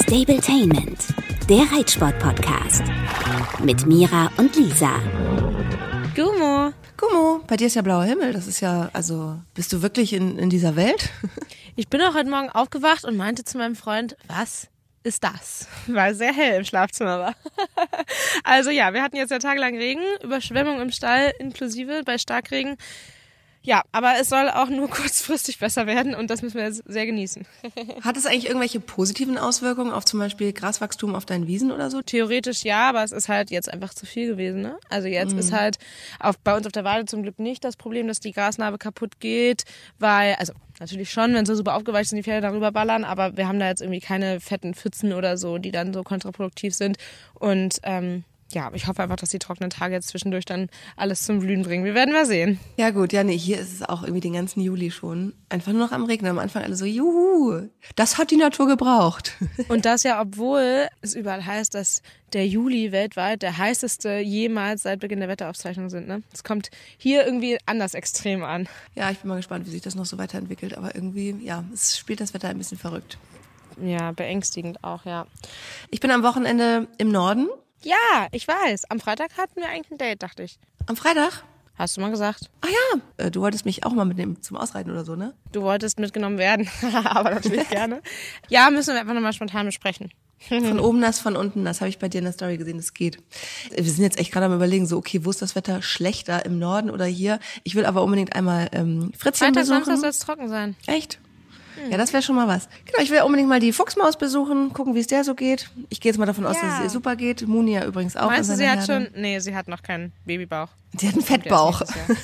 Stabletainment, der Reitsport-Podcast. Mit Mira und Lisa. Gummo. Gummo, bei dir ist ja blauer Himmel. Das ist ja, also, bist du wirklich in dieser Welt? Ich bin auch heute Morgen aufgewacht und meinte zu meinem Freund, was ist das? Weil es sehr hell im Schlafzimmer war. Also ja, wir hatten jetzt ja tagelang Regen, Überschwemmung im Stall inklusive bei Starkregen. Ja, aber es soll auch nur kurzfristig besser werden und das müssen wir jetzt sehr genießen. Hat es eigentlich irgendwelche positiven Auswirkungen auf zum Beispiel Graswachstum auf deinen Wiesen oder so? Theoretisch ja, aber es ist halt jetzt einfach zu viel gewesen. Ne? Also jetzt ist halt bei uns auf der Weide zum Glück nicht das Problem, dass die Grasnarbe kaputt geht, weil, also natürlich schon, wenn so super aufgeweicht sind, die Pferde darüber ballern, aber wir haben da jetzt irgendwie keine fetten Pfützen oder so, die dann so kontraproduktiv sind und ja, ich hoffe einfach, dass die trockenen Tage jetzt zwischendurch dann alles zum Blühen bringen. Wir werden mal sehen. Ja gut, ja nee, hier ist es auch irgendwie den ganzen Juli schon einfach nur noch am Regnen. Am Anfang alle so, juhu, das hat die Natur gebraucht. Und das ja, obwohl es überall heißt, dass der Juli weltweit der heißeste jemals seit Beginn der Wetteraufzeichnungen sind. Ne? Es kommt hier irgendwie anders extrem an. Ja, ich bin mal gespannt, wie sich das noch so weiterentwickelt. Aber irgendwie, ja, es spielt das Wetter ein bisschen verrückt. Ja, beängstigend auch, ja. Ich bin am Wochenende im Norden. Ja, ich weiß. Am Freitag hatten wir eigentlich ein Date, dachte ich. Am Freitag? Hast du mal gesagt. Ah ja, du wolltest mich auch mal mitnehmen zum Ausreiten oder so, ne? Du wolltest mitgenommen werden, aber natürlich gerne. Ja, müssen wir einfach nochmal spontan besprechen. Von oben nass, von unten nass, habe ich bei dir in der Story gesehen, das geht. Wir sind jetzt echt gerade am Überlegen, so okay, wo ist das Wetter schlechter, im Norden oder hier? Ich will aber unbedingt einmal Fritzchen Freitag, besuchen. Samstag soll es trocken sein. Echt? Ja, das wäre schon mal was. Genau, ich will unbedingt mal die Fuchsmaus besuchen, gucken, wie es der so geht. Ich gehe jetzt mal davon aus, dass es ihr super geht. Muni ja übrigens auch. Meinst du, sie hat schon... Nee, sie hat noch keinen Babybauch. Sie hat einen Fettbauch.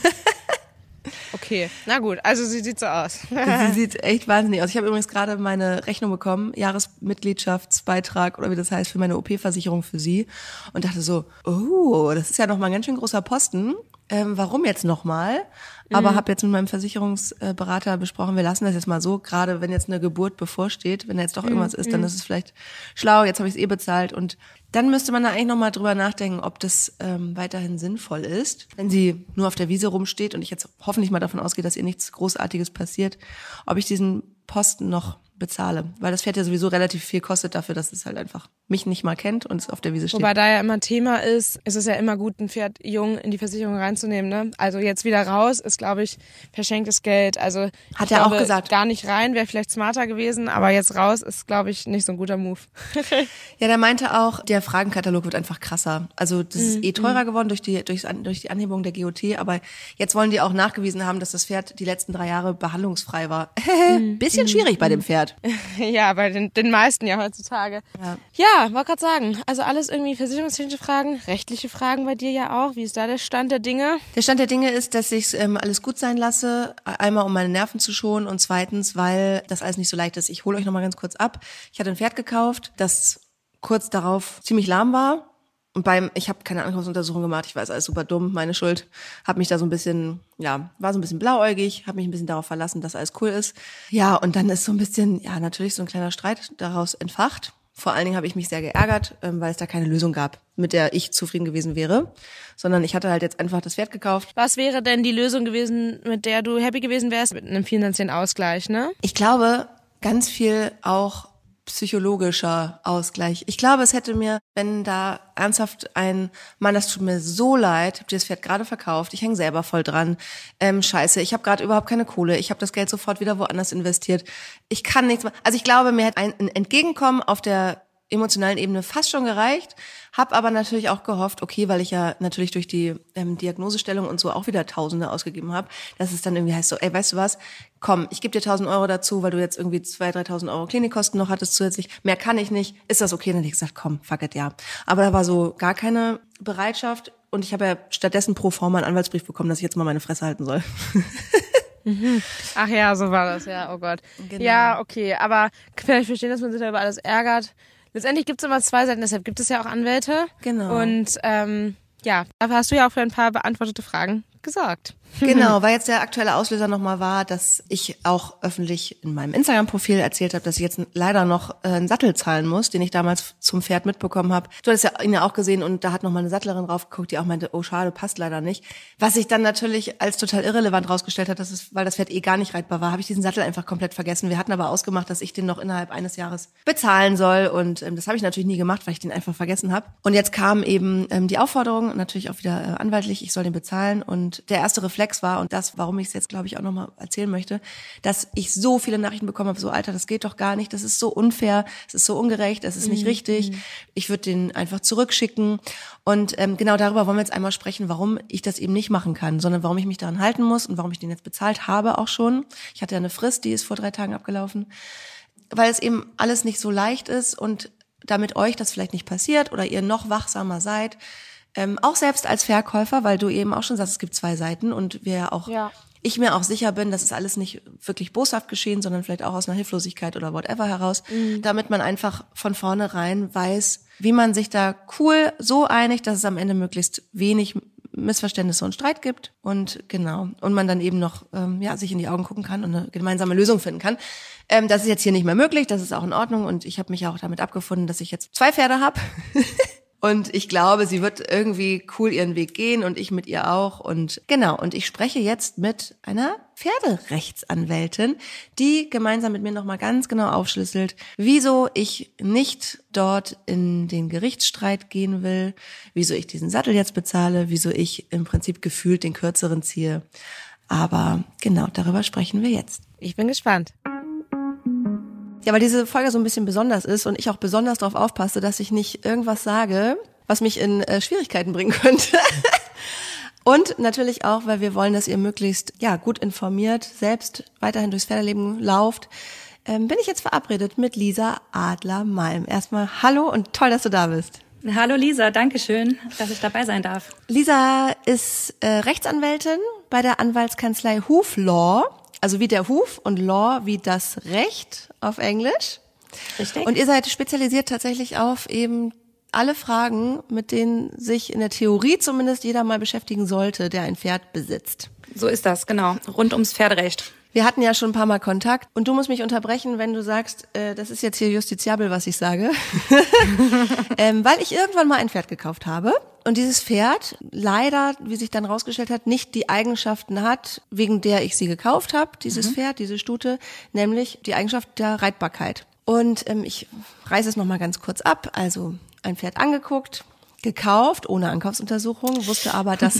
Okay, na gut, also sie sieht so aus. Sie sieht echt wahnsinnig aus. Ich habe übrigens gerade meine Rechnung bekommen, Jahresmitgliedschaftsbeitrag oder wie das heißt, für meine OP-Versicherung für sie und dachte so, oh, das ist ja nochmal ein ganz schön großer Posten. Warum jetzt nochmal? Aber habe jetzt mit meinem Versicherungsberater besprochen, wir lassen das jetzt mal so, gerade wenn jetzt eine Geburt bevorsteht, wenn da jetzt doch irgendwas ist, dann ist es vielleicht schlau, jetzt habe ich es bezahlt und dann müsste man da eigentlich nochmal drüber nachdenken, ob das weiterhin sinnvoll ist, wenn sie nur auf der Wiese rumsteht und ich jetzt hoffentlich mal davon ausgehe, dass ihr nichts Großartiges passiert, ob ich diesen Posten noch bezahle, weil das Pferd ja sowieso relativ viel kostet dafür, dass es halt einfach mich nicht mal kennt und es auf der Wiese steht. Wobei da ja immer Thema ist, es ist ja immer gut, ein Pferd jung in die Versicherung reinzunehmen, ne? Also jetzt wieder raus ist, glaube ich, verschenktes Geld. Also hat er auch gesagt. Gar nicht rein wäre vielleicht smarter gewesen, aber jetzt raus ist, glaube ich, nicht so ein guter Move. Ja, der meinte auch, der Fragenkatalog wird einfach krasser. Also das ist teurer geworden durch die Anhebung der GOT, aber jetzt wollen die auch nachgewiesen haben, dass das Pferd die letzten 3 Jahre behandlungsfrei war. Bisschen schwierig bei dem Pferd. Ja, bei den meisten ja heutzutage. Ja, wollte gerade sagen, also alles irgendwie versicherungstechnische Fragen, rechtliche Fragen bei dir ja auch. Wie ist da der Stand der Dinge? Der Stand der Dinge ist, dass ich alles gut sein lasse. Einmal, um meine Nerven zu schonen und zweitens, weil das alles nicht so leicht ist. Ich hole euch nochmal ganz kurz ab. Ich hatte ein Pferd gekauft, das kurz darauf ziemlich lahm war. Und ich habe keine Ankunftsuntersuchung gemacht, ich weiß, alles super dumm, meine Schuld. Habe mich da so ein bisschen, war so ein bisschen blauäugig, habe mich ein bisschen darauf verlassen, dass alles cool ist. Ja, und dann ist so ein bisschen, natürlich so ein kleiner Streit daraus entfacht. Vor allen Dingen habe ich mich sehr geärgert, weil es da keine Lösung gab, mit der ich zufrieden gewesen wäre. Sondern ich hatte halt jetzt einfach das Pferd gekauft. Was wäre denn die Lösung gewesen, mit der du happy gewesen wärst? Mit einem finanziellen Ausgleich, ne? Ich glaube, ganz viel auch psychologischer Ausgleich. Ich glaube, es hätte mir, wenn da ernsthaft ein Mann, das tut mir so leid, ich habe dir das Pferd gerade verkauft, ich hänge selber voll dran, scheiße, ich habe gerade überhaupt keine Kohle, ich habe das Geld sofort wieder woanders investiert, ich kann nichts mehr. Also ich glaube, mir hätte ein Entgegenkommen auf der emotionalen Ebene fast schon gereicht, habe aber natürlich auch gehofft, okay, weil ich ja natürlich durch die Diagnosestellung und so auch wieder Tausende ausgegeben habe, dass es dann irgendwie heißt so, ey, weißt du was, komm, ich gebe dir 1.000 Euro dazu, weil du jetzt irgendwie 2.000, 3.000 Euro Klinikkosten noch hattest zusätzlich, mehr kann ich nicht, ist das okay? Dann hätte ich gesagt, komm, fuck it, ja. Aber da war so gar keine Bereitschaft und ich habe ja stattdessen pro forma einen Anwaltsbrief bekommen, dass ich jetzt mal meine Fresse halten soll. Ach ja, so war das, ja, oh Gott. Genau. Ja, okay, aber kann ich verstehen, dass man sich da über alles ärgert. Letztendlich gibt es immer 2 Seiten, deshalb gibt es ja auch Anwälte. Genau. Und dafür hast du ja auch für ein paar beantwortete Fragen gesagt. Genau, weil jetzt der aktuelle Auslöser nochmal war, dass ich auch öffentlich in meinem Instagram-Profil erzählt habe, dass ich jetzt leider noch einen Sattel zahlen muss, den ich damals zum Pferd mitbekommen habe. Du hast ihn ja auch gesehen und da hat nochmal eine Sattlerin raufgeguckt, die auch meinte, oh schade, passt leider nicht. Was sich dann natürlich als total irrelevant rausgestellt hat, weil das Pferd gar nicht reitbar war, habe ich diesen Sattel einfach komplett vergessen. Wir hatten aber ausgemacht, dass ich den noch innerhalb eines Jahres bezahlen soll und das habe ich natürlich nie gemacht, weil ich den einfach vergessen habe. Und jetzt kam eben die Aufforderung, natürlich auch wieder anwaltlich, ich soll den bezahlen und der erste Reflex war, und das, warum ich es jetzt, glaube ich, auch nochmal erzählen möchte, dass ich so viele Nachrichten bekommen habe, so Alter, das geht doch gar nicht, das ist so unfair, es ist so ungerecht, es ist nicht richtig, ich würde den einfach zurückschicken. Und genau darüber wollen wir jetzt einmal sprechen, warum ich das eben nicht machen kann, sondern warum ich mich daran halten muss und warum ich den jetzt bezahlt habe auch schon. Ich hatte ja eine Frist, die ist vor 3 Tagen abgelaufen, weil es eben alles nicht so leicht ist und damit euch das vielleicht nicht passiert oder ihr noch wachsamer seid, auch selbst als Verkäufer, weil du eben auch schon sagst, es gibt 2 Seiten und ich mir auch sicher bin, dass es alles nicht wirklich boshaft geschehen, sondern vielleicht auch aus einer Hilflosigkeit oder whatever heraus, damit man einfach von vornherein weiß, wie man sich da cool so einigt, dass es am Ende möglichst wenig Missverständnisse und Streit gibt und genau und man dann eben noch sich in die Augen gucken kann und eine gemeinsame Lösung finden kann. Das ist jetzt hier nicht mehr möglich, das ist auch in Ordnung und ich habe mich auch damit abgefunden, dass ich jetzt 2 Pferde habe. Und ich glaube, sie wird irgendwie cool ihren Weg gehen und ich mit ihr auch. Und genau, und ich spreche jetzt mit einer Pferderechtsanwältin, die gemeinsam mit mir nochmal ganz genau aufschlüsselt, wieso ich nicht dort in den Gerichtsstreit gehen will, wieso ich diesen Sattel jetzt bezahle, wieso ich im Prinzip gefühlt den kürzeren ziehe. Aber genau, darüber sprechen wir jetzt. Ich bin gespannt. Ja, weil diese Folge so ein bisschen besonders ist und ich auch besonders darauf aufpasse, dass ich nicht irgendwas sage, was mich in Schwierigkeiten bringen könnte. Und natürlich auch, weil wir wollen, dass ihr möglichst gut informiert selbst weiterhin durchs Pferdeleben lauft, bin ich jetzt verabredet mit Lisa Adler-Malm. Erstmal hallo und toll, dass du da bist. Hallo Lisa, danke schön, dass ich dabei sein darf. Lisa ist Rechtsanwältin bei der Anwaltskanzlei Hoof Law. Also wie der Huf und Law wie das Recht auf Englisch. Richtig. Und ihr seid spezialisiert tatsächlich auf eben alle Fragen, mit denen sich in der Theorie zumindest jeder mal beschäftigen sollte, der ein Pferd besitzt. So ist das, genau. Rund ums Pferderecht. Wir hatten ja schon ein paar Mal Kontakt und du musst mich unterbrechen, wenn du sagst, das ist jetzt hier justiziabel, was ich sage, weil ich irgendwann mal ein Pferd gekauft habe und dieses Pferd leider, wie sich dann rausgestellt hat, nicht die Eigenschaften hat, wegen der ich sie gekauft habe, dieses Pferd, diese Stute, nämlich die Eigenschaft der Reitbarkeit. Und ich reiße es nochmal ganz kurz ab, also ein Pferd angeguckt, gekauft, ohne Ankaufsuntersuchung, wusste aber, dass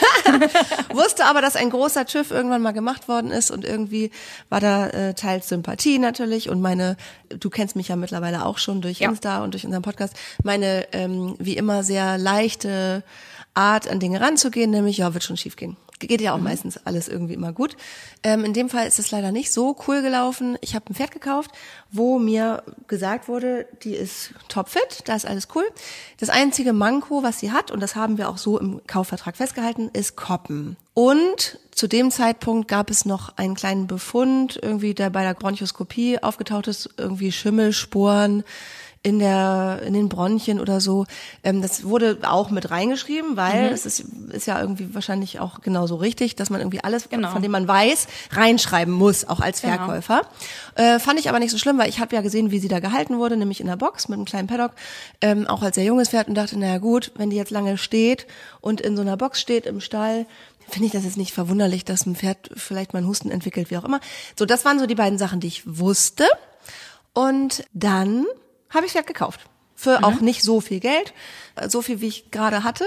ein großer TÜV irgendwann mal gemacht worden ist und irgendwie war da teils Sympathie natürlich und du kennst mich ja mittlerweile auch schon durch Insta und durch unseren Podcast, meine wie immer sehr leichte Art an Dinge ranzugehen, nämlich wird schon schief gehen. Geht ja auch meistens alles irgendwie immer gut. In dem Fall ist es leider nicht so cool gelaufen. Ich habe ein Pferd gekauft, wo mir gesagt wurde, die ist topfit, da ist alles cool. Das einzige Manko, was sie hat, und das haben wir auch so im Kaufvertrag festgehalten, ist Koppen. Und zu dem Zeitpunkt gab es noch einen kleinen Befund, irgendwie der bei der Bronchoskopie aufgetaucht ist, irgendwie Schimmelsporen in den Bronchien oder so. Das wurde auch mit reingeschrieben, weil es ist ja irgendwie wahrscheinlich auch genauso richtig, dass man irgendwie alles, von dem man weiß, reinschreiben muss, auch als Verkäufer. Fand ich aber nicht so schlimm, weil ich habe ja gesehen, wie sie da gehalten wurde, nämlich in der Box mit einem kleinen Paddock, auch als sehr junges Pferd und dachte, naja gut, wenn die jetzt lange steht und in so einer Box steht im Stall, finde ich das jetzt nicht verwunderlich, dass ein Pferd vielleicht mal einen Husten entwickelt, wie auch immer. So, das waren so die beiden Sachen, die ich wusste. Und dann habe ich das Pferd gekauft. Für auch nicht so viel Geld, so viel wie ich gerade hatte.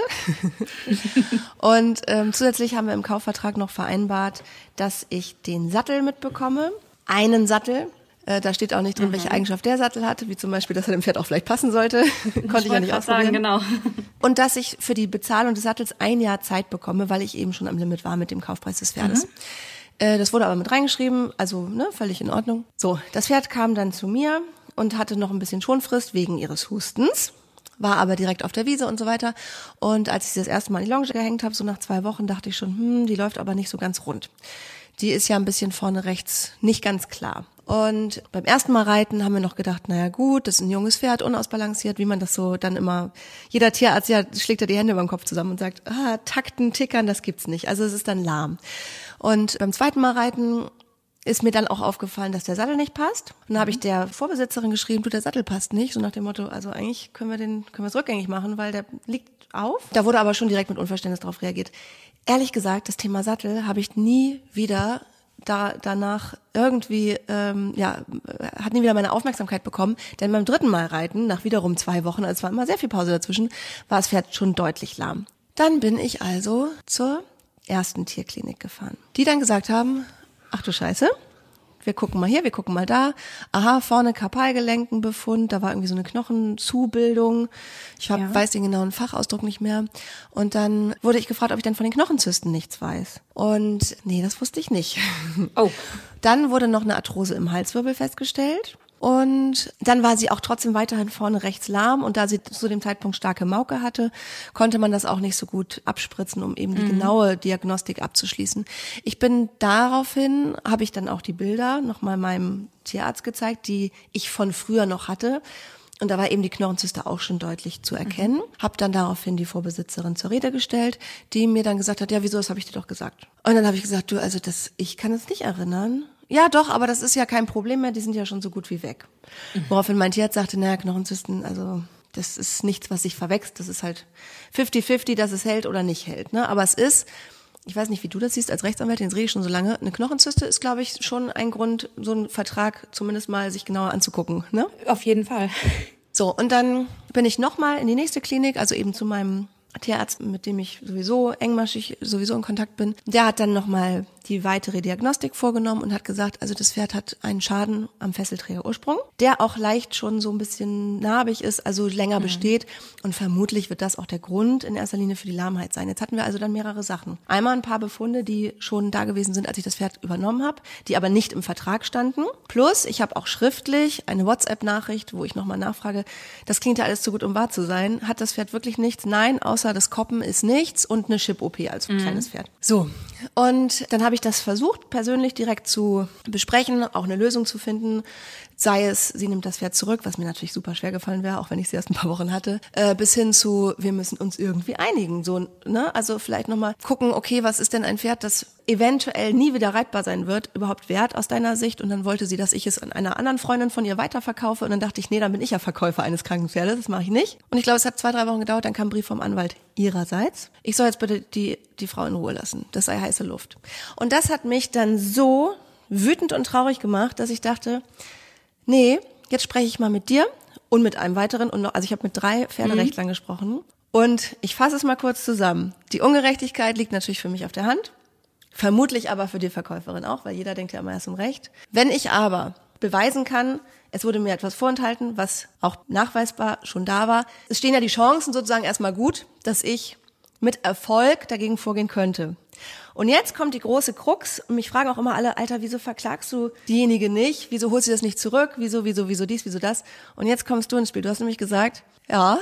Und zusätzlich haben wir im Kaufvertrag noch vereinbart, dass ich den Sattel mitbekomme. Einen Sattel. Da steht auch nicht drin, welche Eigenschaft der Sattel hatte, wie zum Beispiel, dass er dem Pferd auch vielleicht passen sollte. Konnte ich ja nicht ausprobieren. Sagen, genau. Und dass ich für die Bezahlung des Sattels 1 Jahr Zeit bekomme, weil ich eben schon am Limit war mit dem Kaufpreis des Pferdes. Das wurde aber mit reingeschrieben, also völlig in Ordnung. So, das Pferd kam dann zu mir und hatte noch ein bisschen Schonfrist wegen ihres Hustens, war aber direkt auf der Wiese und so weiter. Und als ich sie das erste Mal in die Longe gehängt habe, so nach 2 Wochen, dachte ich schon, die läuft aber nicht so ganz rund. die ist ja ein bisschen vorne rechts nicht ganz klar. Und beim ersten Mal reiten haben wir noch gedacht, naja gut, das ist ein junges Pferd, unausbalanciert, wie man das so dann immer, jeder Tierarzt schlägt ja die Hände über den Kopf zusammen und sagt, Takten, Tickern, das gibt's nicht. Also es ist dann lahm. Und beim zweiten Mal reiten ist mir dann auch aufgefallen, dass der Sattel nicht passt. Und dann habe ich der Vorbesitzerin geschrieben, der Sattel passt nicht. So nach dem Motto, also eigentlich können wir es rückgängig machen, weil der liegt auf. Da wurde aber schon direkt mit Unverständnis drauf reagiert. Ehrlich gesagt, das Thema Sattel habe ich nie wieder danach irgendwie, hat nie wieder meine Aufmerksamkeit bekommen. Denn beim dritten Mal reiten, nach wiederum 2 Wochen, also es war immer sehr viel Pause dazwischen, war das Pferd schon deutlich lahm. Dann bin ich also zur ersten Tierklinik gefahren, die dann gesagt haben, ach du Scheiße, wir gucken mal hier, wir gucken mal da. Aha, vorne Karpalgelenkenbefund, da war irgendwie so eine Knochenzubildung. Ich weiß den genauen Fachausdruck nicht mehr. Und dann wurde ich gefragt, ob ich denn von den Knochenzysten nichts weiß. Und nee, das wusste ich nicht. Oh. Dann wurde noch eine Arthrose im Halswirbel festgestellt. Und dann war sie auch trotzdem weiterhin vorne rechts lahm. Und da sie zu dem Zeitpunkt starke Mauke hatte, konnte man das auch nicht so gut abspritzen, um eben die genaue Diagnostik abzuschließen. Ich bin daraufhin, habe ich dann auch die Bilder nochmal meinem Tierarzt gezeigt, die ich von früher noch hatte. Und da war eben die Knochenzyste auch schon deutlich zu erkennen. Hab dann daraufhin die Vorbesitzerin zur Rede gestellt, die mir dann gesagt hat, ja, wieso, das habe ich dir doch gesagt. Und dann habe ich gesagt, du, also ich kann es nicht erinnern. Ja, doch, aber das ist ja kein Problem mehr, die sind ja schon so gut wie weg. Woraufhin mein Tierarzt sagte, naja, Knochenzysten, also das ist nichts, was sich verwächst, das ist halt 50-50, dass es hält oder nicht hält. Ne? Aber es ist, ich weiß nicht, wie du das siehst als Rechtsanwältin, das rede ich schon so lange, eine Knochenzyste ist, glaube ich, schon ein Grund, so einen Vertrag zumindest mal sich genauer anzugucken. Ne? Auf jeden Fall. So, und dann bin ich nochmal in die nächste Klinik, also eben zu meinem Tierarzt, mit dem ich sowieso engmaschig in Kontakt bin. Der hat dann nochmal die weitere Diagnostik vorgenommen und hat gesagt, also das Pferd hat einen Schaden am Fesselträgerursprung, der auch leicht schon so ein bisschen narbig ist, also länger besteht, und vermutlich wird das auch der Grund in erster Linie für die Lahmheit sein. Jetzt hatten wir also dann mehrere Sachen. Einmal ein paar Befunde, die schon da gewesen sind, als ich das Pferd übernommen habe, die aber nicht im Vertrag standen. Plus, ich habe auch schriftlich eine WhatsApp-Nachricht, wo ich nochmal nachfrage, das klingt ja alles zu gut, um wahr zu sein. Hat das Pferd wirklich nichts? Nein, außer das Koppen ist nichts und eine Chip-OP als kleines Pferd. So, und dann habe ich das versucht, persönlich direkt zu besprechen, auch eine Lösung zu finden. Sei es, sie nimmt das Pferd zurück, was mir natürlich super schwer gefallen wäre, auch wenn ich sie erst ein paar Wochen hatte, bis hin zu, wir müssen uns irgendwie einigen. So, ne? Also vielleicht nochmal gucken, okay, was ist denn ein Pferd, das eventuell nie wieder reitbar sein wird, überhaupt wert aus deiner Sicht? Und dann wollte sie, dass ich es an einer anderen Freundin von ihr weiterverkaufe. Und dann dachte ich, nee, dann bin ich ja Verkäufer eines kranken Pferdes, das mache ich nicht. Und ich glaube, es hat 2-3 Wochen gedauert, dann kam ein Brief vom Anwalt ihrerseits. Ich soll jetzt bitte die Frau in Ruhe lassen, das sei heiße Luft. Und das hat mich dann so wütend und traurig gemacht, dass ich dachte, nee, jetzt spreche ich mal mit dir und mit einem weiteren. Also ich habe mit 3 Pferderechtlern gesprochen. Und ich fasse es mal kurz zusammen. Die Ungerechtigkeit liegt natürlich für mich auf der Hand. Vermutlich aber für die Verkäuferin auch, weil jeder denkt ja immer, er ist im Recht. Wenn ich aber beweisen kann, es wurde mir etwas vorenthalten, was auch nachweisbar schon da war, es stehen ja die Chancen sozusagen erstmal gut, dass ich mit Erfolg dagegen vorgehen könnte. Und jetzt kommt die große Krux, und mich fragen auch immer alle, Alter, wieso verklagst du diejenige nicht? Wieso holst du das nicht zurück? Wieso dies, wieso das? Und jetzt kommst du ins Spiel. Du hast nämlich gesagt, ja,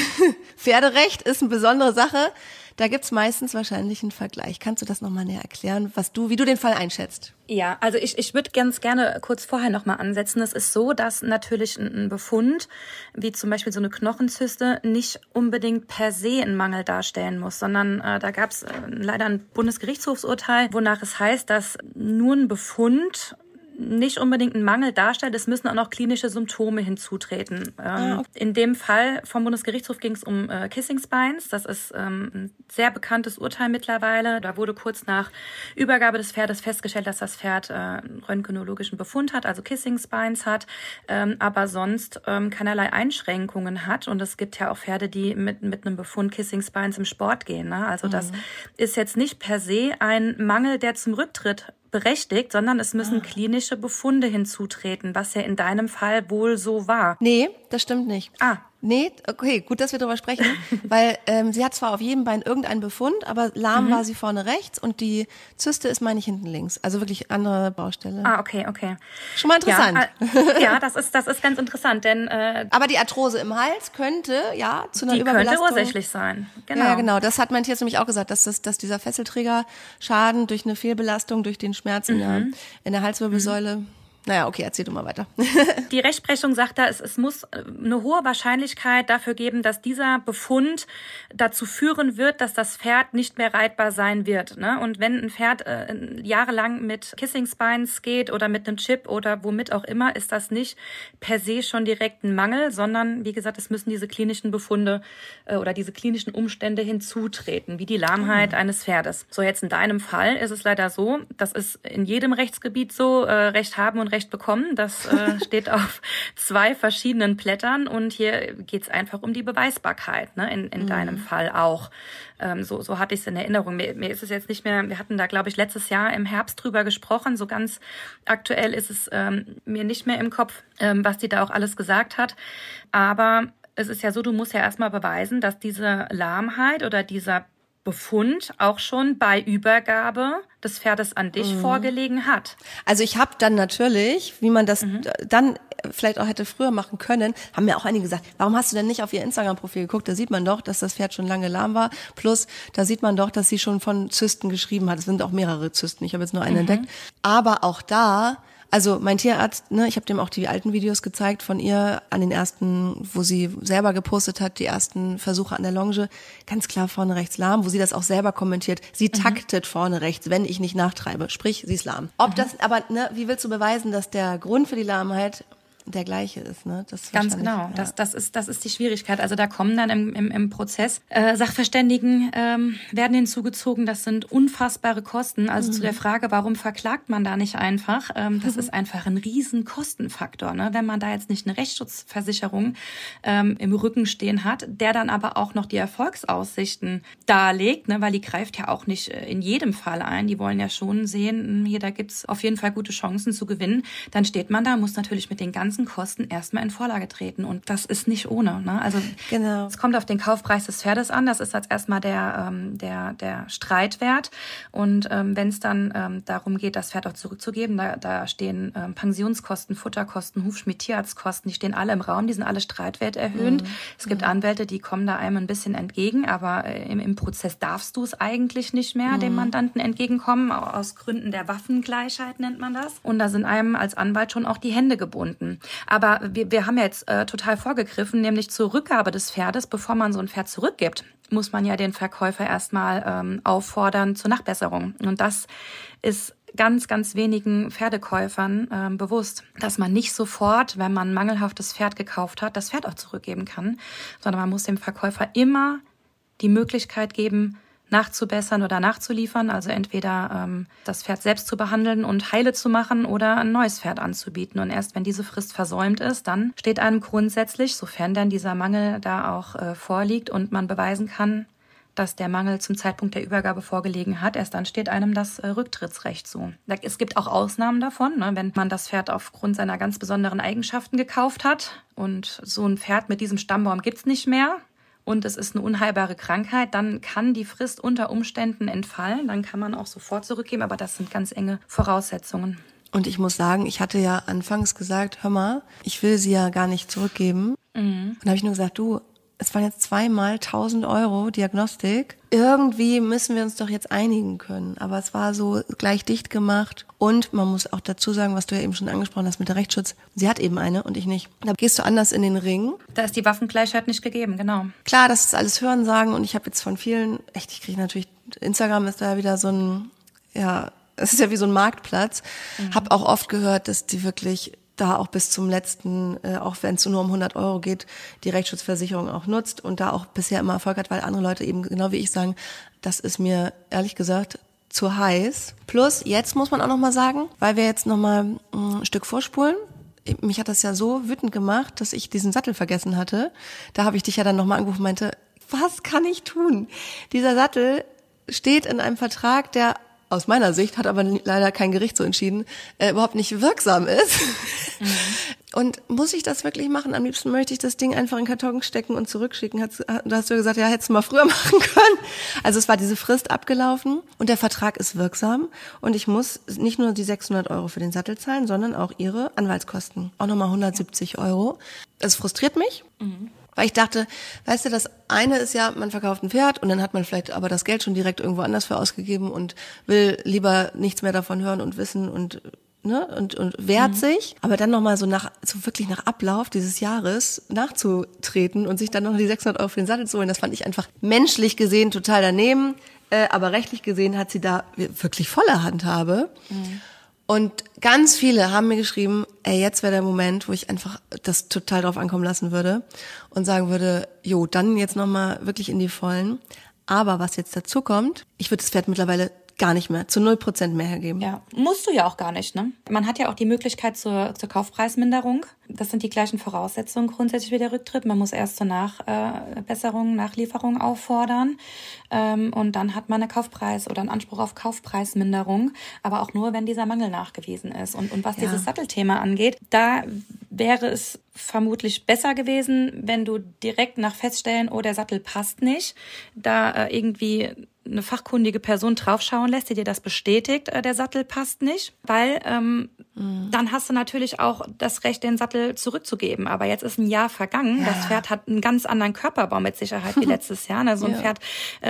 Pferderecht ist eine besondere Sache. Da gibt's meistens wahrscheinlich einen Vergleich. Kannst du das nochmal näher erklären, wie du den Fall einschätzt? Ja, also ich würde ganz gerne kurz vorher nochmal ansetzen. Es ist so, dass natürlich ein Befund, wie zum Beispiel so eine Knochenzyste, nicht unbedingt per se einen Mangel darstellen muss, sondern da gab es leider ein Bundesgerichtshofsurteil, wonach es heißt, dass nur ein Befund nicht unbedingt einen Mangel darstellt, es müssen auch noch klinische Symptome hinzutreten. Okay. In dem Fall vom Bundesgerichtshof ging es um Kissing Spines. Das ist ein sehr bekanntes Urteil mittlerweile. Da wurde kurz nach Übergabe des Pferdes festgestellt, dass das Pferd röntgenologischen Befund hat, also Kissing Spines hat, aber sonst keinerlei Einschränkungen hat. Und es gibt ja auch Pferde, die mit einem Befund Kissing Spines im Sport gehen. Ne? Also das ist jetzt nicht per se ein Mangel, der zum Rücktritt berechtigt, sondern es müssen klinische Befunde hinzutreten, was ja in deinem Fall wohl so war. Nee, das stimmt nicht. Nee, okay, gut, dass wir darüber sprechen, weil sie hat zwar auf jedem Bein irgendeinen Befund, aber lahm war sie vorne rechts und die Zyste ist, meine ich, hinten links. Also wirklich andere Baustelle. Ah, okay. Schon mal interessant. Ja, das ist ganz interessant, denn aber die Arthrose im Hals könnte ja zu einer Überbelastung. Die könnte ursächlich sein. Genau. Ja, genau. Das hat mein Tierarzt nämlich auch gesagt, dass dieser Fesselträgerschaden durch eine Fehlbelastung, durch den Schmerz in der Halswirbelsäule. Naja, okay, erzähl du mal weiter. Die Rechtsprechung sagt da, es muss eine hohe Wahrscheinlichkeit dafür geben, dass dieser Befund dazu führen wird, dass das Pferd nicht mehr reitbar sein wird. Ne? Und wenn ein Pferd jahrelang mit Kissing Spines geht oder mit einem Chip oder womit auch immer, ist das nicht per se schon direkt ein Mangel, sondern wie gesagt, es müssen diese klinischen Befunde oder diese klinischen Umstände hinzutreten, wie die Lahmheit eines Pferdes. So, jetzt in deinem Fall ist es leider so, das ist in jedem Rechtsgebiet so, Recht haben und Recht bekommen. Das steht auf 2 verschiedenen Blättern und hier geht's einfach um die Beweisbarkeit, ne? In deinem Fall auch. So hatte ich es in Erinnerung. Mir ist es jetzt nicht mehr, wir hatten da, glaube ich, letztes Jahr im Herbst drüber gesprochen. So ganz aktuell ist es mir nicht mehr im Kopf, was die da auch alles gesagt hat. Aber es ist ja so, du musst ja erstmal beweisen, dass diese Lahmheit oder dieser Befund auch schon bei Übergabe des Pferdes an dich vorgelegen hat. Also ich habe dann natürlich, wie man das dann vielleicht auch hätte früher machen können, haben mir auch einige gesagt, warum hast du denn nicht auf ihr Instagram-Profil geguckt? Da sieht man doch, dass das Pferd schon lange lahm war. Plus, da sieht man doch, dass sie schon von Zysten geschrieben hat. Es sind auch mehrere Zysten, ich habe jetzt nur eine entdeckt. Aber auch da, also mein Tierarzt, ne, ich habe dem auch die alten Videos gezeigt von ihr an den ersten, wo sie selber gepostet hat, die ersten Versuche an der Longe, ganz klar vorne rechts lahm, wo sie das auch selber kommentiert. Sie taktet vorne rechts, wenn ich nicht nachtreibe, sprich, sie ist lahm. Ob das, aber ne, wie willst du beweisen, dass der Grund für die Lahmheit der gleiche ist, ne? Das ganz genau. Ja. Das ist die Schwierigkeit. Also da kommen dann im Prozess Sachverständigen werden hinzugezogen. Das sind unfassbare Kosten. Also zu der Frage, warum verklagt man da nicht einfach? Das ist einfach ein riesen Kostenfaktor, ne? Wenn man da jetzt nicht eine Rechtsschutzversicherung im Rücken stehen hat, der dann aber auch noch die Erfolgsaussichten darlegt, ne? Weil die greift ja auch nicht in jedem Fall ein. Die wollen ja schon sehen, hier, da gibt's auf jeden Fall gute Chancen zu gewinnen. Dann steht man da, muss natürlich mit den ganzen Kosten erstmal in Vorlage treten und das ist nicht ohne. Ne? Also es kommt auf den Kaufpreis des Pferdes an, das ist als erstmal der Streitwert und wenn es dann darum geht, das Pferd auch zurückzugeben, da stehen Pensionskosten, Futterkosten, Hufschmied, Tierarztkosten, die stehen alle im Raum, die sind alle streitwerterhöhend. Es gibt Anwälte, die kommen da einem ein bisschen entgegen, aber im Prozess darfst du es eigentlich nicht mehr dem Mandanten entgegenkommen, aus Gründen der Waffengleichheit nennt man das. Und da sind einem als Anwalt schon auch die Hände gebunden. Aber wir haben ja jetzt total vorgegriffen, nämlich zur Rückgabe des Pferdes, bevor man so ein Pferd zurückgibt, muss man ja den Verkäufer erstmal auffordern zur Nachbesserung. Und das ist ganz, ganz wenigen Pferdekäufern bewusst, dass man nicht sofort, wenn man ein mangelhaftes Pferd gekauft hat, das Pferd auch zurückgeben kann, sondern man muss dem Verkäufer immer die Möglichkeit geben, nachzubessern oder nachzuliefern, also entweder das Pferd selbst zu behandeln und heile zu machen oder ein neues Pferd anzubieten. Und erst wenn diese Frist versäumt ist, dann steht einem grundsätzlich, sofern dann dieser Mangel da auch vorliegt und man beweisen kann, dass der Mangel zum Zeitpunkt der Übergabe vorgelegen hat, erst dann steht einem das Rücktrittsrecht zu. Es gibt auch Ausnahmen davon, ne, wenn man das Pferd aufgrund seiner ganz besonderen Eigenschaften gekauft hat und so ein Pferd mit diesem Stammbaum gibt's nicht mehr, und es ist eine unheilbare Krankheit, dann kann die Frist unter Umständen entfallen. Dann kann man auch sofort zurückgeben, aber das sind ganz enge Voraussetzungen. Und ich muss sagen, ich hatte ja anfangs gesagt, hör mal, ich will sie ja gar nicht zurückgeben. Und da habe ich nur gesagt, du, es waren jetzt 2-mal 1.000 € Diagnostik. Irgendwie müssen wir uns doch jetzt einigen können. Aber es war so gleich dicht gemacht. Und man muss auch dazu sagen, was du ja eben schon angesprochen hast mit der Rechtsschutz. Sie hat eben eine und ich nicht. Da gehst du anders in den Ring. Da ist die Waffengleichheit nicht gegeben, genau. Klar, das ist alles Hörensagen. Und ich habe jetzt von vielen, echt, ich kriege natürlich, Instagram ist da wieder so ein, ja, es ist ja wie so ein Marktplatz. Habe auch oft gehört, dass die wirklich da auch bis zum letzten, auch wenn es nur um 100 € geht, die Rechtsschutzversicherung auch nutzt und da auch bisher immer Erfolg hat, weil andere Leute eben genau wie ich sagen, das ist mir ehrlich gesagt zu heiß. Plus, jetzt muss man auch noch mal sagen, weil wir jetzt noch mal ein Stück vorspulen, mich hat das ja so wütend gemacht, dass ich diesen Sattel vergessen hatte. Da habe ich dich ja dann noch mal angerufen und meinte, was kann ich tun? Dieser Sattel steht in einem Vertrag, der aus meiner Sicht, hat aber leider kein Gericht so entschieden, überhaupt nicht wirksam ist. Und muss ich das wirklich machen? Am liebsten möchte ich das Ding einfach in den Karton stecken und zurückschicken. Da hast du gesagt, ja, hättest du mal früher machen können. Also es war diese Frist abgelaufen und der Vertrag ist wirksam. Und ich muss nicht nur die 600 € für den Sattel zahlen, sondern auch ihre Anwaltskosten. Auch nochmal 170 €. Das frustriert mich. Weil ich dachte, weißt du, das eine ist ja, man verkauft ein Pferd und dann hat man vielleicht aber das Geld schon direkt irgendwo anders für ausgegeben und will lieber nichts mehr davon hören und wissen und wehrt sich, aber dann nochmal so wirklich nach Ablauf dieses Jahres nachzutreten und sich dann noch die 600 € für den Sattel zu holen, das fand ich einfach menschlich gesehen total daneben, aber rechtlich gesehen hat sie da wirklich volle Handhabe. Und ganz viele haben mir geschrieben, jetzt wäre der Moment, wo ich einfach das total drauf ankommen lassen würde und sagen würde, dann jetzt nochmal wirklich in die Vollen. Aber was jetzt dazu kommt, ich würde das Pferd mittlerweile gar nicht mehr, zu 0% mehr hergeben. Ja, musst du ja auch gar nicht, ne? Man hat ja auch die Möglichkeit zur Kaufpreisminderung. Das sind die gleichen Voraussetzungen grundsätzlich wie der Rücktritt. Man muss erst zur Nachlieferung auffordern. Und dann hat man eine Kaufpreis- oder einen Anspruch auf Kaufpreisminderung. Aber auch nur, wenn dieser Mangel nachgewiesen ist. Und was dieses Sattelthema angeht, da wäre es vermutlich besser gewesen, wenn du direkt nach Feststellen, der Sattel passt nicht, da irgendwie eine fachkundige Person draufschauen lässt, die dir das bestätigt, der Sattel passt nicht, weil dann hast du natürlich auch das Recht, den Sattel zurückzugeben. Aber jetzt ist ein Jahr vergangen, das Pferd hat einen ganz anderen Körperbau mit Sicherheit wie letztes Jahr. Also ein Pferd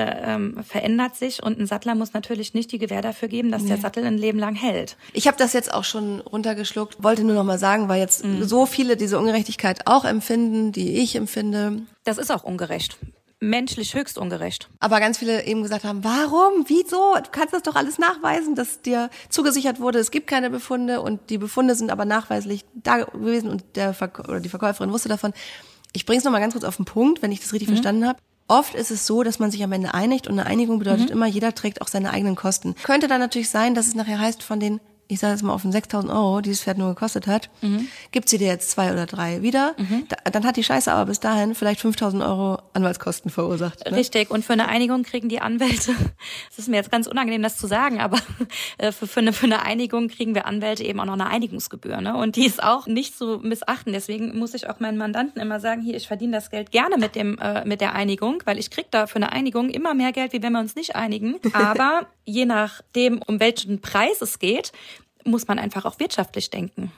verändert sich und ein Sattler muss natürlich nicht die Gewähr dafür geben, dass der Sattel ein Leben lang hält. Ich habe das jetzt auch schon runtergeschluckt, wollte nur noch mal sagen, weil jetzt so viele diese Ungerechtigkeit auch empfinden, die ich empfinde. Das ist auch ungerecht. Menschlich höchst ungerecht. Aber ganz viele eben gesagt haben, warum, wieso? Du kannst das doch alles nachweisen, dass dir zugesichert wurde, es gibt keine Befunde und die Befunde sind aber nachweislich da gewesen und die Verkäuferin wusste davon. Ich bring's noch mal ganz kurz auf den Punkt, wenn ich das richtig verstanden habe. Oft ist es so, dass man sich am Ende einigt und eine Einigung bedeutet immer, jeder trägt auch seine eigenen Kosten. Könnte dann natürlich sein, dass es nachher heißt, von den, ich sage jetzt mal offen, 6.000 €, die das Pferd nur gekostet hat, gibt sie dir jetzt 2 oder 3 wieder. Dann hat die Scheiße aber bis dahin vielleicht 5.000 € Anwaltskosten verursacht. Ne? Richtig. Und für eine Einigung kriegen die Anwälte, es ist mir jetzt ganz unangenehm, das zu sagen, aber für eine Einigung kriegen wir Anwälte eben auch noch eine Einigungsgebühr. Ne? Und die ist auch nicht zu missachten. Deswegen muss ich auch meinen Mandanten immer sagen, hier, ich verdiene das Geld gerne mit der Einigung, weil ich kriege da für eine Einigung immer mehr Geld, wie wenn wir uns nicht einigen. Aber je nachdem, um welchen Preis es geht, muss man einfach auch wirtschaftlich denken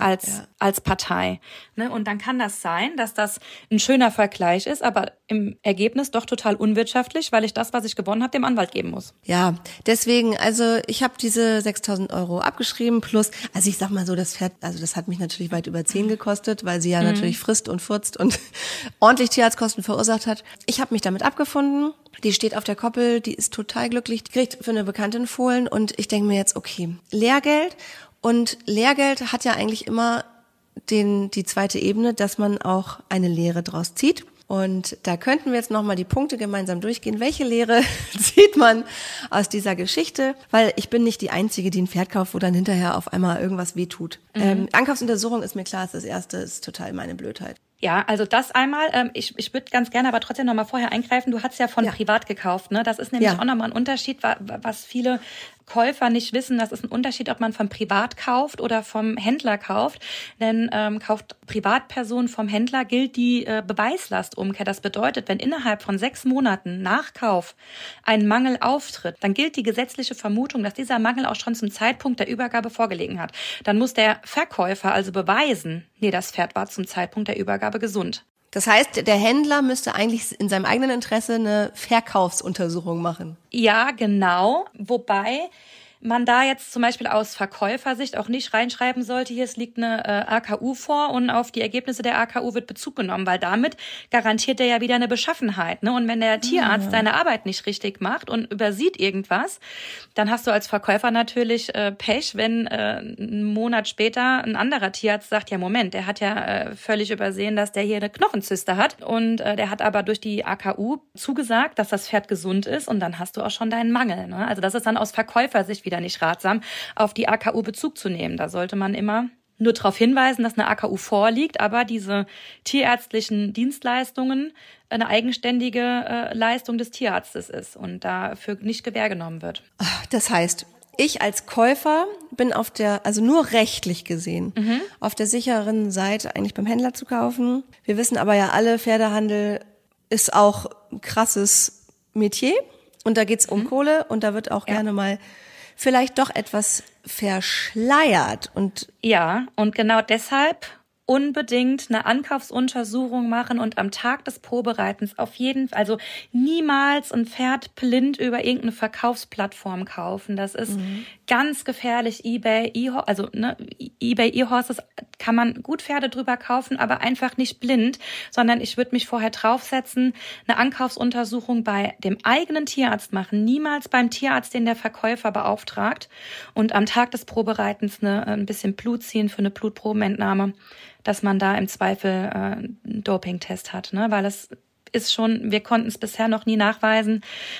als Partei. Ne? Und dann kann das sein, dass das ein schöner Vergleich ist, aber im Ergebnis doch total unwirtschaftlich, weil ich das, was ich gewonnen habe, dem Anwalt geben muss. Ja, deswegen, also ich habe diese 6.000 € abgeschrieben plus, also ich sag mal so, das Pferd, also das hat mich natürlich weit über 10 gekostet, weil sie ja natürlich frisst und furzt und ordentlich Tierarztkosten verursacht hat. Ich habe mich damit abgefunden. Die steht auf der Koppel, die ist total glücklich, die kriegt für eine Bekanntin Fohlen und ich denke mir jetzt, okay, Lehrgeld. Und Lehrgeld hat ja eigentlich immer die zweite Ebene, dass man auch eine Lehre draus zieht. Und da könnten wir jetzt nochmal die Punkte gemeinsam durchgehen. Welche Lehre zieht man aus dieser Geschichte? Weil ich bin nicht die Einzige, die ein Pferd kauft, wo dann hinterher auf einmal irgendwas wehtut. Ankaufsuntersuchung ist mir klar, ist das Erste, ist total meine Blödheit. Ja, also das einmal, ich würde ganz gerne aber trotzdem noch mal vorher eingreifen. Du hast ja von privat gekauft, ne? Das ist nämlich auch nochmal ein Unterschied, was viele Käufer nicht wissen. Das ist ein Unterschied, ob man vom Privat kauft oder vom Händler kauft. Denn kauft Privatperson vom Händler, gilt die Beweislastumkehr. Das bedeutet, wenn innerhalb von 6 Monaten nach Kauf ein Mangel auftritt, dann gilt die gesetzliche Vermutung, dass dieser Mangel auch schon zum Zeitpunkt der Übergabe vorgelegen hat. Dann muss der Verkäufer also beweisen, nee, das Pferd war zum Zeitpunkt der Übergabe gesund. Das heißt, der Händler müsste eigentlich in seinem eigenen Interesse eine Verkaufsuntersuchung machen. Ja, genau. Wobei man da jetzt zum Beispiel aus Verkäufersicht auch nicht reinschreiben sollte, hier es liegt eine AKU vor und auf die Ergebnisse der AKU wird Bezug genommen, weil damit garantiert er ja wieder eine Beschaffenheit. Ne? Und wenn der Tierarzt seine Arbeit nicht richtig macht und übersieht irgendwas, dann hast du als Verkäufer natürlich Pech, wenn einen Monat später ein anderer Tierarzt sagt, ja Moment, der hat ja völlig übersehen, dass der hier eine Knochenzyste hat und der hat aber durch die AKU zugesagt, dass das Pferd gesund ist und dann hast du auch schon deinen Mangel. Ne? Also das ist dann aus Verkäufersicht wieder nicht ratsam, auf die AKU Bezug zu nehmen. Da sollte man immer nur darauf hinweisen, dass eine AKU vorliegt, aber diese tierärztlichen Dienstleistungen eine eigenständige Leistung des Tierarztes ist und dafür nicht Gewähr genommen wird. Das heißt, ich als Käufer bin also nur rechtlich gesehen, auf der sicheren Seite eigentlich beim Händler zu kaufen. Wir wissen aber ja alle, Pferdehandel ist auch ein krasses Metier und da geht's um Kohle und da wird auch gerne mal vielleicht doch etwas verschleiert. Und ja, und genau deshalb unbedingt eine Ankaufsuntersuchung machen und am Tag des Probereitens auf jeden Fall, also niemals ein Pferd blind über irgendeine Verkaufsplattform kaufen. Das ist ganz gefährlich. eBay, eHorses kann man gut Pferde drüber kaufen, aber einfach nicht blind, sondern ich würde mich vorher draufsetzen, eine Ankaufsuntersuchung bei dem eigenen Tierarzt machen, niemals beim Tierarzt, den der Verkäufer beauftragt, und am Tag des Probereitens ein bisschen Blut ziehen für eine Blutprobenentnahme, dass man da im Zweifel einen Dopingtest hat, ne? Weil es ist schon, wir konnten es bisher noch nie nachweisen,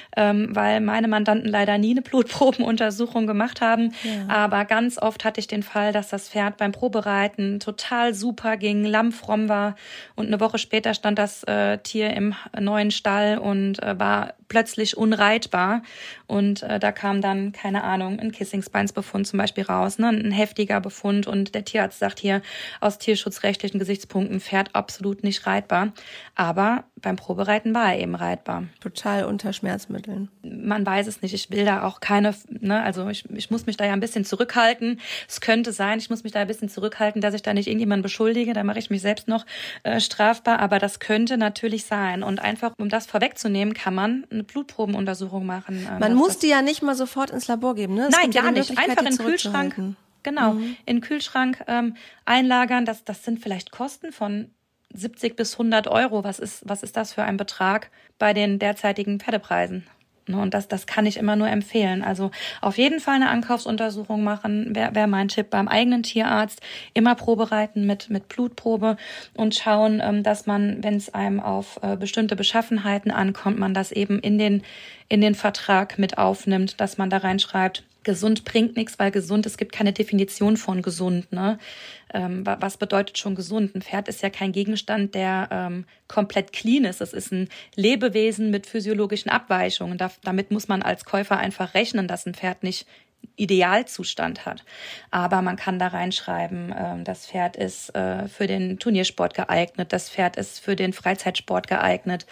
weil meine Mandanten leider nie eine Blutprobenuntersuchung gemacht haben. Ja. Aber ganz oft hatte ich den Fall, dass das Pferd beim Probereiten total super ging, lammfromm war und eine Woche später stand das Tier im neuen Stall und war plötzlich unreitbar. Und da kam dann, keine Ahnung, ein Kissingspeinsbefund zum Beispiel raus, ne? Ein heftiger Befund. Und der Tierarzt sagt hier, aus tierschutzrechtlichen Gesichtspunkten, Pferd absolut nicht reitbar. Aber beim Probereiten war er eben reitbar. Total unter Schmerzmitteln. Man weiß es nicht. Ich will da auch keine, ne, also ich muss mich da ja ein bisschen zurückhalten. Es könnte sein, ich muss mich da ein bisschen zurückhalten, dass ich da nicht irgendjemanden beschuldige. Da mache ich mich selbst noch strafbar. Aber das könnte natürlich sein. Und einfach, um das vorwegzunehmen, kann man eine Blutprobenuntersuchung machen. Man muss die ja nicht mal sofort ins Labor geben, ne? Nein, gar nicht. Einfach in den Kühlschrank. Genau, in den Kühlschrank einlagern. Das sind vielleicht Kosten von 70 bis 100 Euro. Was ist das für ein Betrag bei den derzeitigen Pferdepreisen? Und das kann ich immer nur empfehlen. Also auf jeden Fall eine Ankaufsuntersuchung machen, wäre mein Tipp beim eigenen Tierarzt. Immer Probereiten mit Blutprobe und schauen, dass man, wenn es einem auf bestimmte Beschaffenheiten ankommt, man das eben in den Vertrag mit aufnimmt, dass man da reinschreibt, gesund bringt nichts, weil gesund, es gibt keine Definition von gesund, ne? Was bedeutet schon gesund? Ein Pferd ist ja kein Gegenstand, der komplett clean ist. Es ist ein Lebewesen mit physiologischen Abweichungen. Damit muss man als Käufer einfach rechnen, dass ein Pferd nicht Idealzustand hat. Aber man kann da reinschreiben, das Pferd ist für den Turniersport geeignet, das Pferd ist für den Freizeitsport geeignet,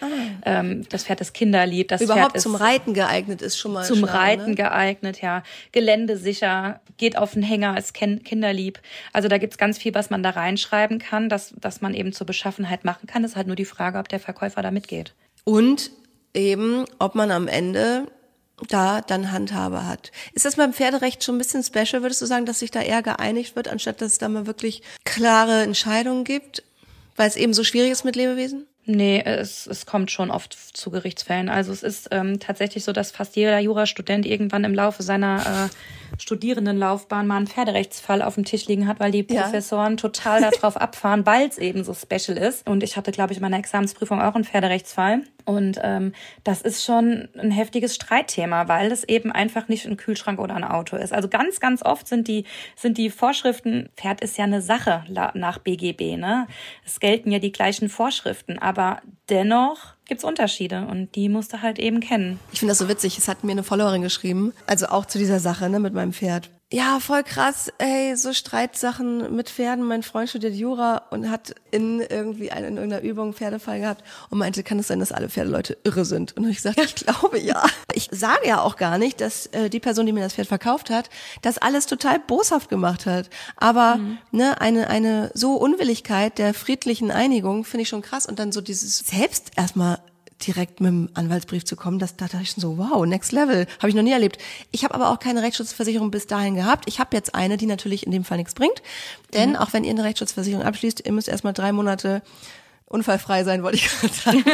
das Pferd ist kinderlieb, das Überhaupt Pferd ist zum Reiten geeignet ist schon mal zum schlau, Reiten ne? geeignet, ja, geländesicher, geht auf den Hänger, ist kinderlieb. Also da gibt's ganz viel, was man da reinschreiben kann, dass man eben zur Beschaffenheit machen kann. Das ist halt nur die Frage, ob der Verkäufer da mitgeht. Und eben, ob man am Ende da dann Handhabe hat. Ist das beim Pferderecht schon ein bisschen special, würdest du sagen, dass sich da eher geeinigt wird, anstatt dass es da mal wirklich klare Entscheidungen gibt, weil es eben so schwierig ist mit Lebewesen? Nee, es kommt schon oft zu Gerichtsfällen. Also es ist tatsächlich so, dass fast jeder Jurastudent irgendwann im Laufe seiner Studierendenlaufbahn mal einen Pferderechtsfall auf dem Tisch liegen hat, weil die Professoren total darauf abfahren, weil es eben so special ist. Und ich hatte, glaube ich, in meiner Examensprüfung auch einen Pferderechtsfall. Und das ist schon ein heftiges Streitthema, weil es eben einfach nicht ein Kühlschrank oder ein Auto ist. Also ganz, ganz oft sind die Vorschriften, Pferd ist ja eine Sache nach BGB, ne? Es gelten ja die gleichen Vorschriften, aber dennoch gibt's Unterschiede und die musst du halt eben kennen. Ich finde das so witzig, es hat mir eine Followerin geschrieben, also auch zu dieser Sache, ne, mit meinem Pferd. Ja, voll krass, ey, so Streitsachen mit Pferden. Mein Freund studiert Jura und hat in irgendeiner Übung einen Pferdefall gehabt und meinte, kann es sein, dass alle Pferdeleute irre sind? Und ich sagte, ich glaube ja. Ich sage ja auch gar nicht, dass die Person, die mir das Pferd verkauft hat, das alles total boshaft gemacht hat. Aber ne, eine so Unwilligkeit der friedlichen Einigung finde ich schon krass. Und dann so dieses selbst erstmal direkt mit dem Anwaltsbrief zu kommen, da dachte ich schon so, wow, next level, habe ich noch nie erlebt. Ich habe aber auch keine Rechtsschutzversicherung bis dahin gehabt. Ich habe jetzt eine, die natürlich in dem Fall nichts bringt, denn auch wenn ihr eine Rechtsschutzversicherung abschließt, ihr müsst erstmal 3 Monate unfallfrei sein, wollte ich gerade sagen.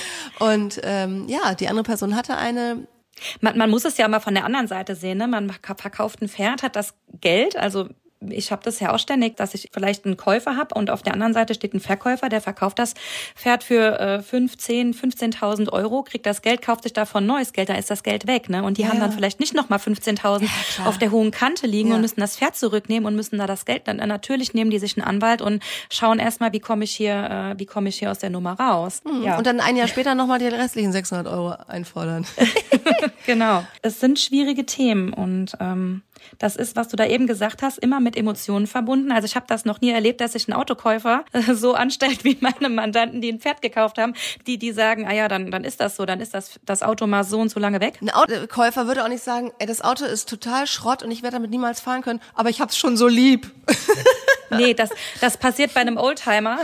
Und die andere Person hatte eine. Man muss es ja mal von der anderen Seite sehen, ne? Man verkauft ein Pferd, hat das Geld, also ich habe das ja auch ständig, dass ich vielleicht einen Käufer habe und auf der anderen Seite steht ein Verkäufer, der verkauft das Pferd für 15.000 Euro, kriegt das Geld, kauft sich davon neues Geld, da ist das Geld weg. Ne? Und die haben dann vielleicht nicht nochmal 15.000 auf der hohen Kante liegen und müssen das Pferd zurücknehmen und müssen da das Geld, dann natürlich nehmen die sich einen Anwalt und schauen erstmal, wie komme ich hier aus der Nummer raus. Und dann ein Jahr später nochmal die restlichen 600 Euro einfordern. Genau. Es sind schwierige Themen und das ist, was du da eben gesagt hast, immer mit Emotionen verbunden. Also ich habe das noch nie erlebt, dass sich ein Autokäufer so anstellt wie meine Mandanten, die ein Pferd gekauft haben, die sagen, dann ist das so, dann ist das Auto mal so und so lange weg. Ein Autokäufer würde auch nicht sagen, das Auto ist total Schrott und ich werde damit niemals fahren können, aber ich hab's schon so lieb. Nee, das passiert bei einem Oldtimer,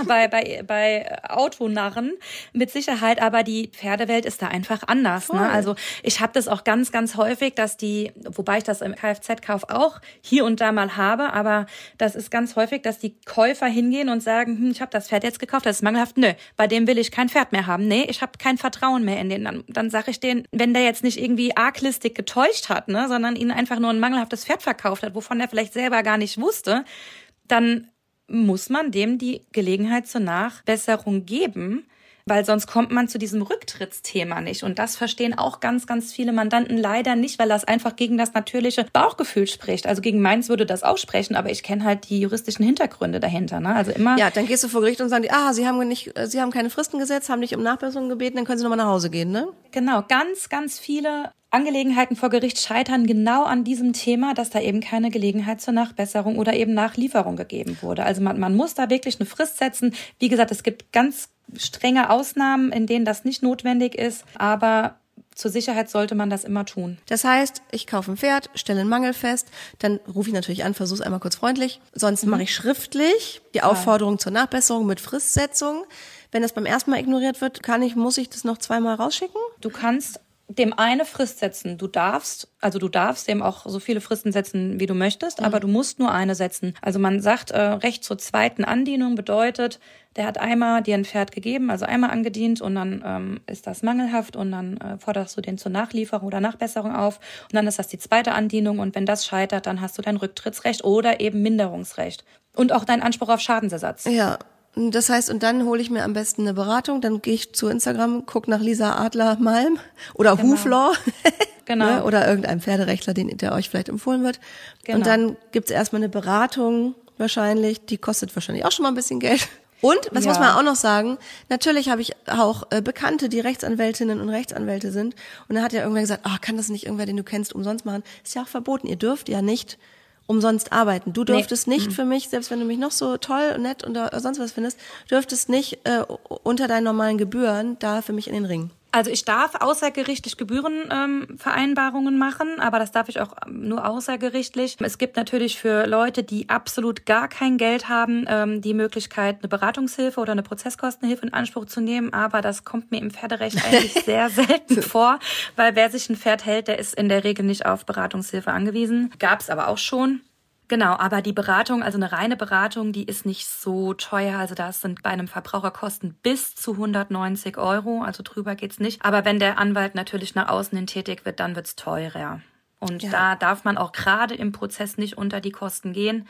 bei Autonarren mit Sicherheit, aber die Pferdewelt ist da einfach anders. Ne? Also ich habe das auch ganz, ganz häufig, dass wobei ich das im Kfz-Kauf auch hier und da mal habe, aber das ist ganz häufig, dass die Käufer hingehen und sagen, ich habe das Pferd jetzt gekauft, das ist mangelhaft. Nö, bei dem will ich kein Pferd mehr haben. Nee, ich habe kein Vertrauen mehr in den. Dann sage ich denen, wenn der jetzt nicht irgendwie arglistig getäuscht hat, ne, sondern ihnen einfach nur ein mangelhaftes Pferd verkauft hat, wovon er vielleicht selber gar nicht wusste, dann muss man dem die Gelegenheit zur Nachbesserung geben, weil sonst kommt man zu diesem Rücktrittsthema nicht. Und das verstehen auch ganz, ganz viele Mandanten leider nicht, weil das einfach gegen das natürliche Bauchgefühl spricht. Also gegen meins würde das auch sprechen, aber ich kenne halt die juristischen Hintergründe dahinter. Ne? Also immer. Ja, dann gehst du vor Gericht und sagen, Sie haben keine Fristen gesetzt, haben nicht um Nachbesserung gebeten, dann können Sie nochmal nach Hause gehen, ne? Genau, ganz, ganz viele Angelegenheiten vor Gericht scheitern genau an diesem Thema, dass da eben keine Gelegenheit zur Nachbesserung oder eben Nachlieferung gegeben wurde. Also man muss da wirklich eine Frist setzen. Wie gesagt, es gibt ganz strenge Ausnahmen, in denen das nicht notwendig ist, aber zur Sicherheit sollte man das immer tun. Das heißt, ich kaufe ein Pferd, stelle einen Mangel fest, dann rufe ich natürlich an, versuche es einmal kurz freundlich. Sonst mache ich schriftlich die Aufforderung zur Nachbesserung mit Fristsetzung. Wenn das beim ersten Mal ignoriert wird, muss ich das noch zweimal rausschicken? Du kannst dem eine Frist setzen. Du darfst dem auch so viele Fristen setzen, wie du möchtest, aber du musst nur eine setzen. Also man sagt, Recht zur zweiten Andienung bedeutet, der hat einmal dir ein Pferd gegeben, also einmal angedient und dann ist das mangelhaft und dann forderst du den zur Nachlieferung oder Nachbesserung auf und dann ist das die zweite Andienung und wenn das scheitert, dann hast du dein Rücktrittsrecht oder eben Minderungsrecht und auch deinen Anspruch auf Schadensersatz. Ja. Das heißt, und dann hole ich mir am besten eine Beratung, dann gehe ich zu Instagram, gucke nach Lisa Adler-Malm oder Huflaw genau. Oder irgendeinem Pferderechtler, der euch vielleicht empfohlen wird. Genau. Und dann gibt's erstmal eine Beratung wahrscheinlich, die kostet wahrscheinlich auch schon mal ein bisschen Geld. Und, was muss man auch noch sagen, natürlich habe ich auch Bekannte, die Rechtsanwältinnen und Rechtsanwälte sind. Und dann hat ja irgendwer gesagt, kann das nicht irgendwer, den du kennst, umsonst machen? Ist ja auch verboten, ihr dürft ja nicht umsonst arbeiten. Du dürftest nicht für mich, selbst wenn du mich noch so toll und nett und sonst was findest, dürftest nicht unter deinen normalen Gebühren da für mich in den Ring. Also ich darf außergerichtlich Gebührenvereinbarungen machen, aber das darf ich auch nur außergerichtlich. Es gibt natürlich für Leute, die absolut gar kein Geld haben, die Möglichkeit, eine Beratungshilfe oder eine Prozesskostenhilfe in Anspruch zu nehmen, aber das kommt mir im Pferderecht eigentlich sehr selten vor, weil wer sich ein Pferd hält, der ist in der Regel nicht auf Beratungshilfe angewiesen. Gab's aber auch schon. Genau, aber die Beratung, also eine reine Beratung, die ist nicht so teuer. Also das sind bei einem Verbraucher Kosten bis zu 190 €, also drüber geht's nicht. Aber wenn der Anwalt natürlich nach außen hin tätig wird, dann wird's teurer. Und da darf man auch gerade im Prozess nicht unter die Kosten gehen,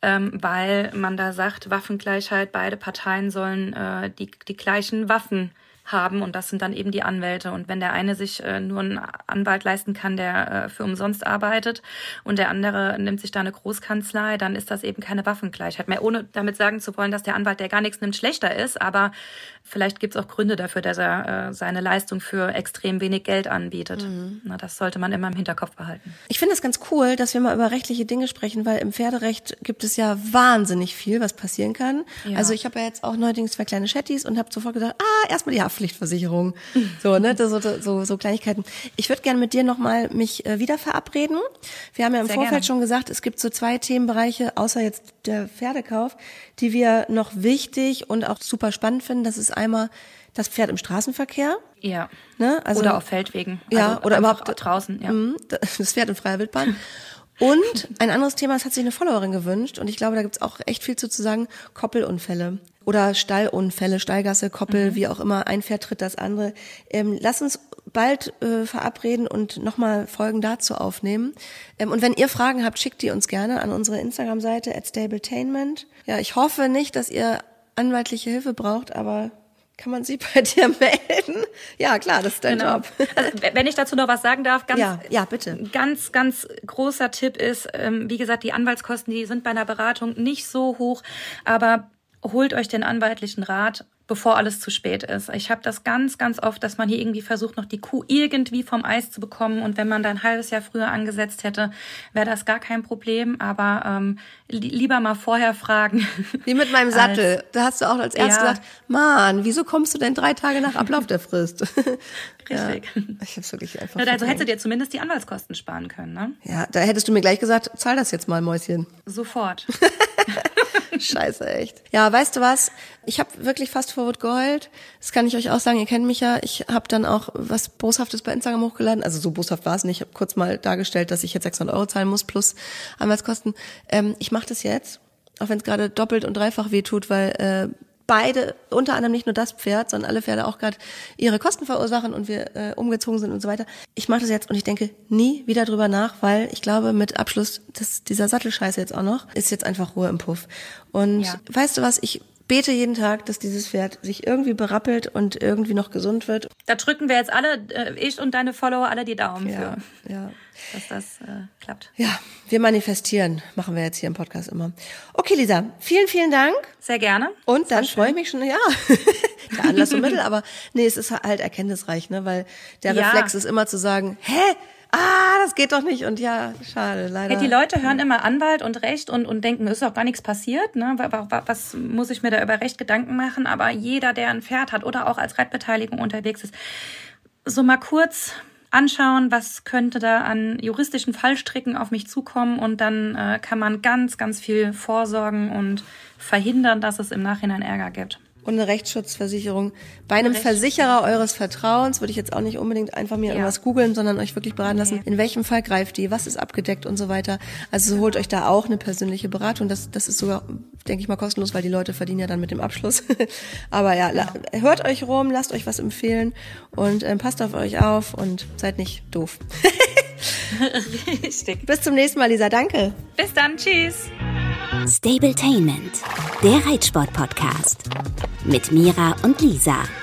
weil man da sagt, Waffengleichheit, beide Parteien sollen die gleichen Waffen haben und das sind dann eben die Anwälte. Und wenn der eine sich nur einen Anwalt leisten kann, der für umsonst arbeitet und der andere nimmt sich da eine Großkanzlei, dann ist das eben keine Waffengleichheit mehr. Ohne damit sagen zu wollen, dass der Anwalt, der gar nichts nimmt, schlechter ist, aber vielleicht gibt es auch Gründe dafür, dass er seine Leistung für extrem wenig Geld anbietet. Na, das sollte man immer im Hinterkopf behalten. Ich finde es ganz cool, dass wir mal über rechtliche Dinge sprechen, weil im Pferderecht gibt es ja wahnsinnig viel, was passieren kann. Ja. Also ich habe ja jetzt auch neuerdings 2 kleine Chattis und habe sofort gedacht, erstmal die Haftpflichtversicherung. So, ne, so Kleinigkeiten. Ich würde gerne mit dir nochmal mich wieder verabreden. Wir haben ja im Vorfeld schon gesagt, es gibt so 2 Themenbereiche, außer jetzt der Pferdekauf, die wir noch wichtig und auch super spannend finden. Das ist einmal das Pferd im Straßenverkehr. Ja. Ne? Also, oder auf Feldwegen. Ja, also oder überhaupt draußen. Ja. Das Pferd in freier Wildbahn. Und ein anderes Thema, das hat sich eine Followerin gewünscht und ich glaube, da gibt's auch echt viel zu sagen, Koppelunfälle. oder Stallunfälle, Stallgasse, Koppel, wie auch immer, ein Pferd tritt das andere. Lass uns bald verabreden und nochmal Folgen dazu aufnehmen. Und wenn ihr Fragen habt, schickt die uns gerne an unsere Instagram-Seite @stabletainment. Ja, ich hoffe nicht, dass ihr anwaltliche Hilfe braucht, aber kann man sie bei dir melden? Ja, klar, das ist dein Job. Also, wenn ich dazu noch was sagen darf, ja, bitte. Ganz großer Tipp ist, wie gesagt, die Anwaltskosten, die sind bei einer Beratung nicht so hoch, aber holt euch den anwaltlichen Rat, bevor alles zu spät ist. Ich habe das ganz oft, dass man hier irgendwie versucht, noch die Kuh irgendwie vom Eis zu bekommen. Und wenn man da ein halbes Jahr früher angesetzt hätte, wäre das gar kein Problem. Aber lieber mal vorher fragen. Wie mit meinem Sattel. Da hast du auch als erstes gesagt, Mann, wieso kommst du denn 3 Tage nach Ablauf der Frist? Richtig. Ja, ich hab's wirklich einfach also hättest du dir zumindest die Anwaltskosten sparen können, ne? Ja, da hättest du mir gleich gesagt, zahl das jetzt mal, Mäuschen. Sofort. Scheiße, echt. Ja, weißt du was? Ich habe wirklich fast vor Wut geheult. Das kann ich euch auch sagen, ihr kennt mich ja. Ich habe dann auch was Boshaftes bei Instagram hochgeladen. Also so boshaft war es nicht. Ich habe kurz mal dargestellt, dass ich jetzt 600 € zahlen muss plus Anwaltskosten. Ich mache das jetzt, auch wenn es gerade doppelt und dreifach wehtut, weil beide, unter anderem nicht nur das Pferd, sondern alle Pferde auch gerade ihre Kosten verursachen und wir umgezogen sind und so weiter. Ich mache das jetzt und ich denke nie wieder drüber nach, weil ich glaube, mit Abschluss dieser Sattelscheiße jetzt auch noch, ist jetzt einfach Ruhe im Puff. Und weißt du was, ich bete jeden Tag, dass dieses Pferd sich irgendwie berappelt und irgendwie noch gesund wird. Da drücken wir jetzt alle, ich und deine Follower, alle die Daumen für. Ja. Dass das klappt. Ja, wir manifestieren, machen wir jetzt hier im Podcast immer. Okay, Lisa, vielen Dank. Sehr gerne. Und dann freue ich mich schon, der Anlass und Mittel, aber nee, es ist halt erkenntnisreich, ne, weil der Reflex ist immer zu sagen, das geht doch nicht und ja, schade, leider. Ja, die Leute hören immer Anwalt und Recht und denken, es ist auch gar nichts passiert, ne? Was muss ich mir da über Recht Gedanken machen? Aber jeder, der ein Pferd hat oder auch als Reitbeteiligung unterwegs ist, so mal kurz anschauen, was könnte da an juristischen Fallstricken auf mich zukommen und dann kann man ganz viel vorsorgen und verhindern, dass es im Nachhinein Ärger gibt. Und eine Rechtsschutzversicherung. Bei einem Versicherer eures Vertrauens würde ich jetzt auch nicht unbedingt einfach mir irgendwas googeln, sondern euch wirklich beraten lassen, in welchem Fall greift die, was ist abgedeckt und so weiter. Also holt euch da auch eine persönliche Beratung. Das ist sogar, denke ich mal, kostenlos, weil die Leute verdienen ja dann mit dem Abschluss. Aber hört euch rum, lasst euch was empfehlen und passt auf euch auf und seid nicht doof. Richtig. Bis zum nächsten Mal, Lisa. Danke. Bis dann. Tschüss. Stabletainment, der Reitsport-Podcast mit Mira und Lisa.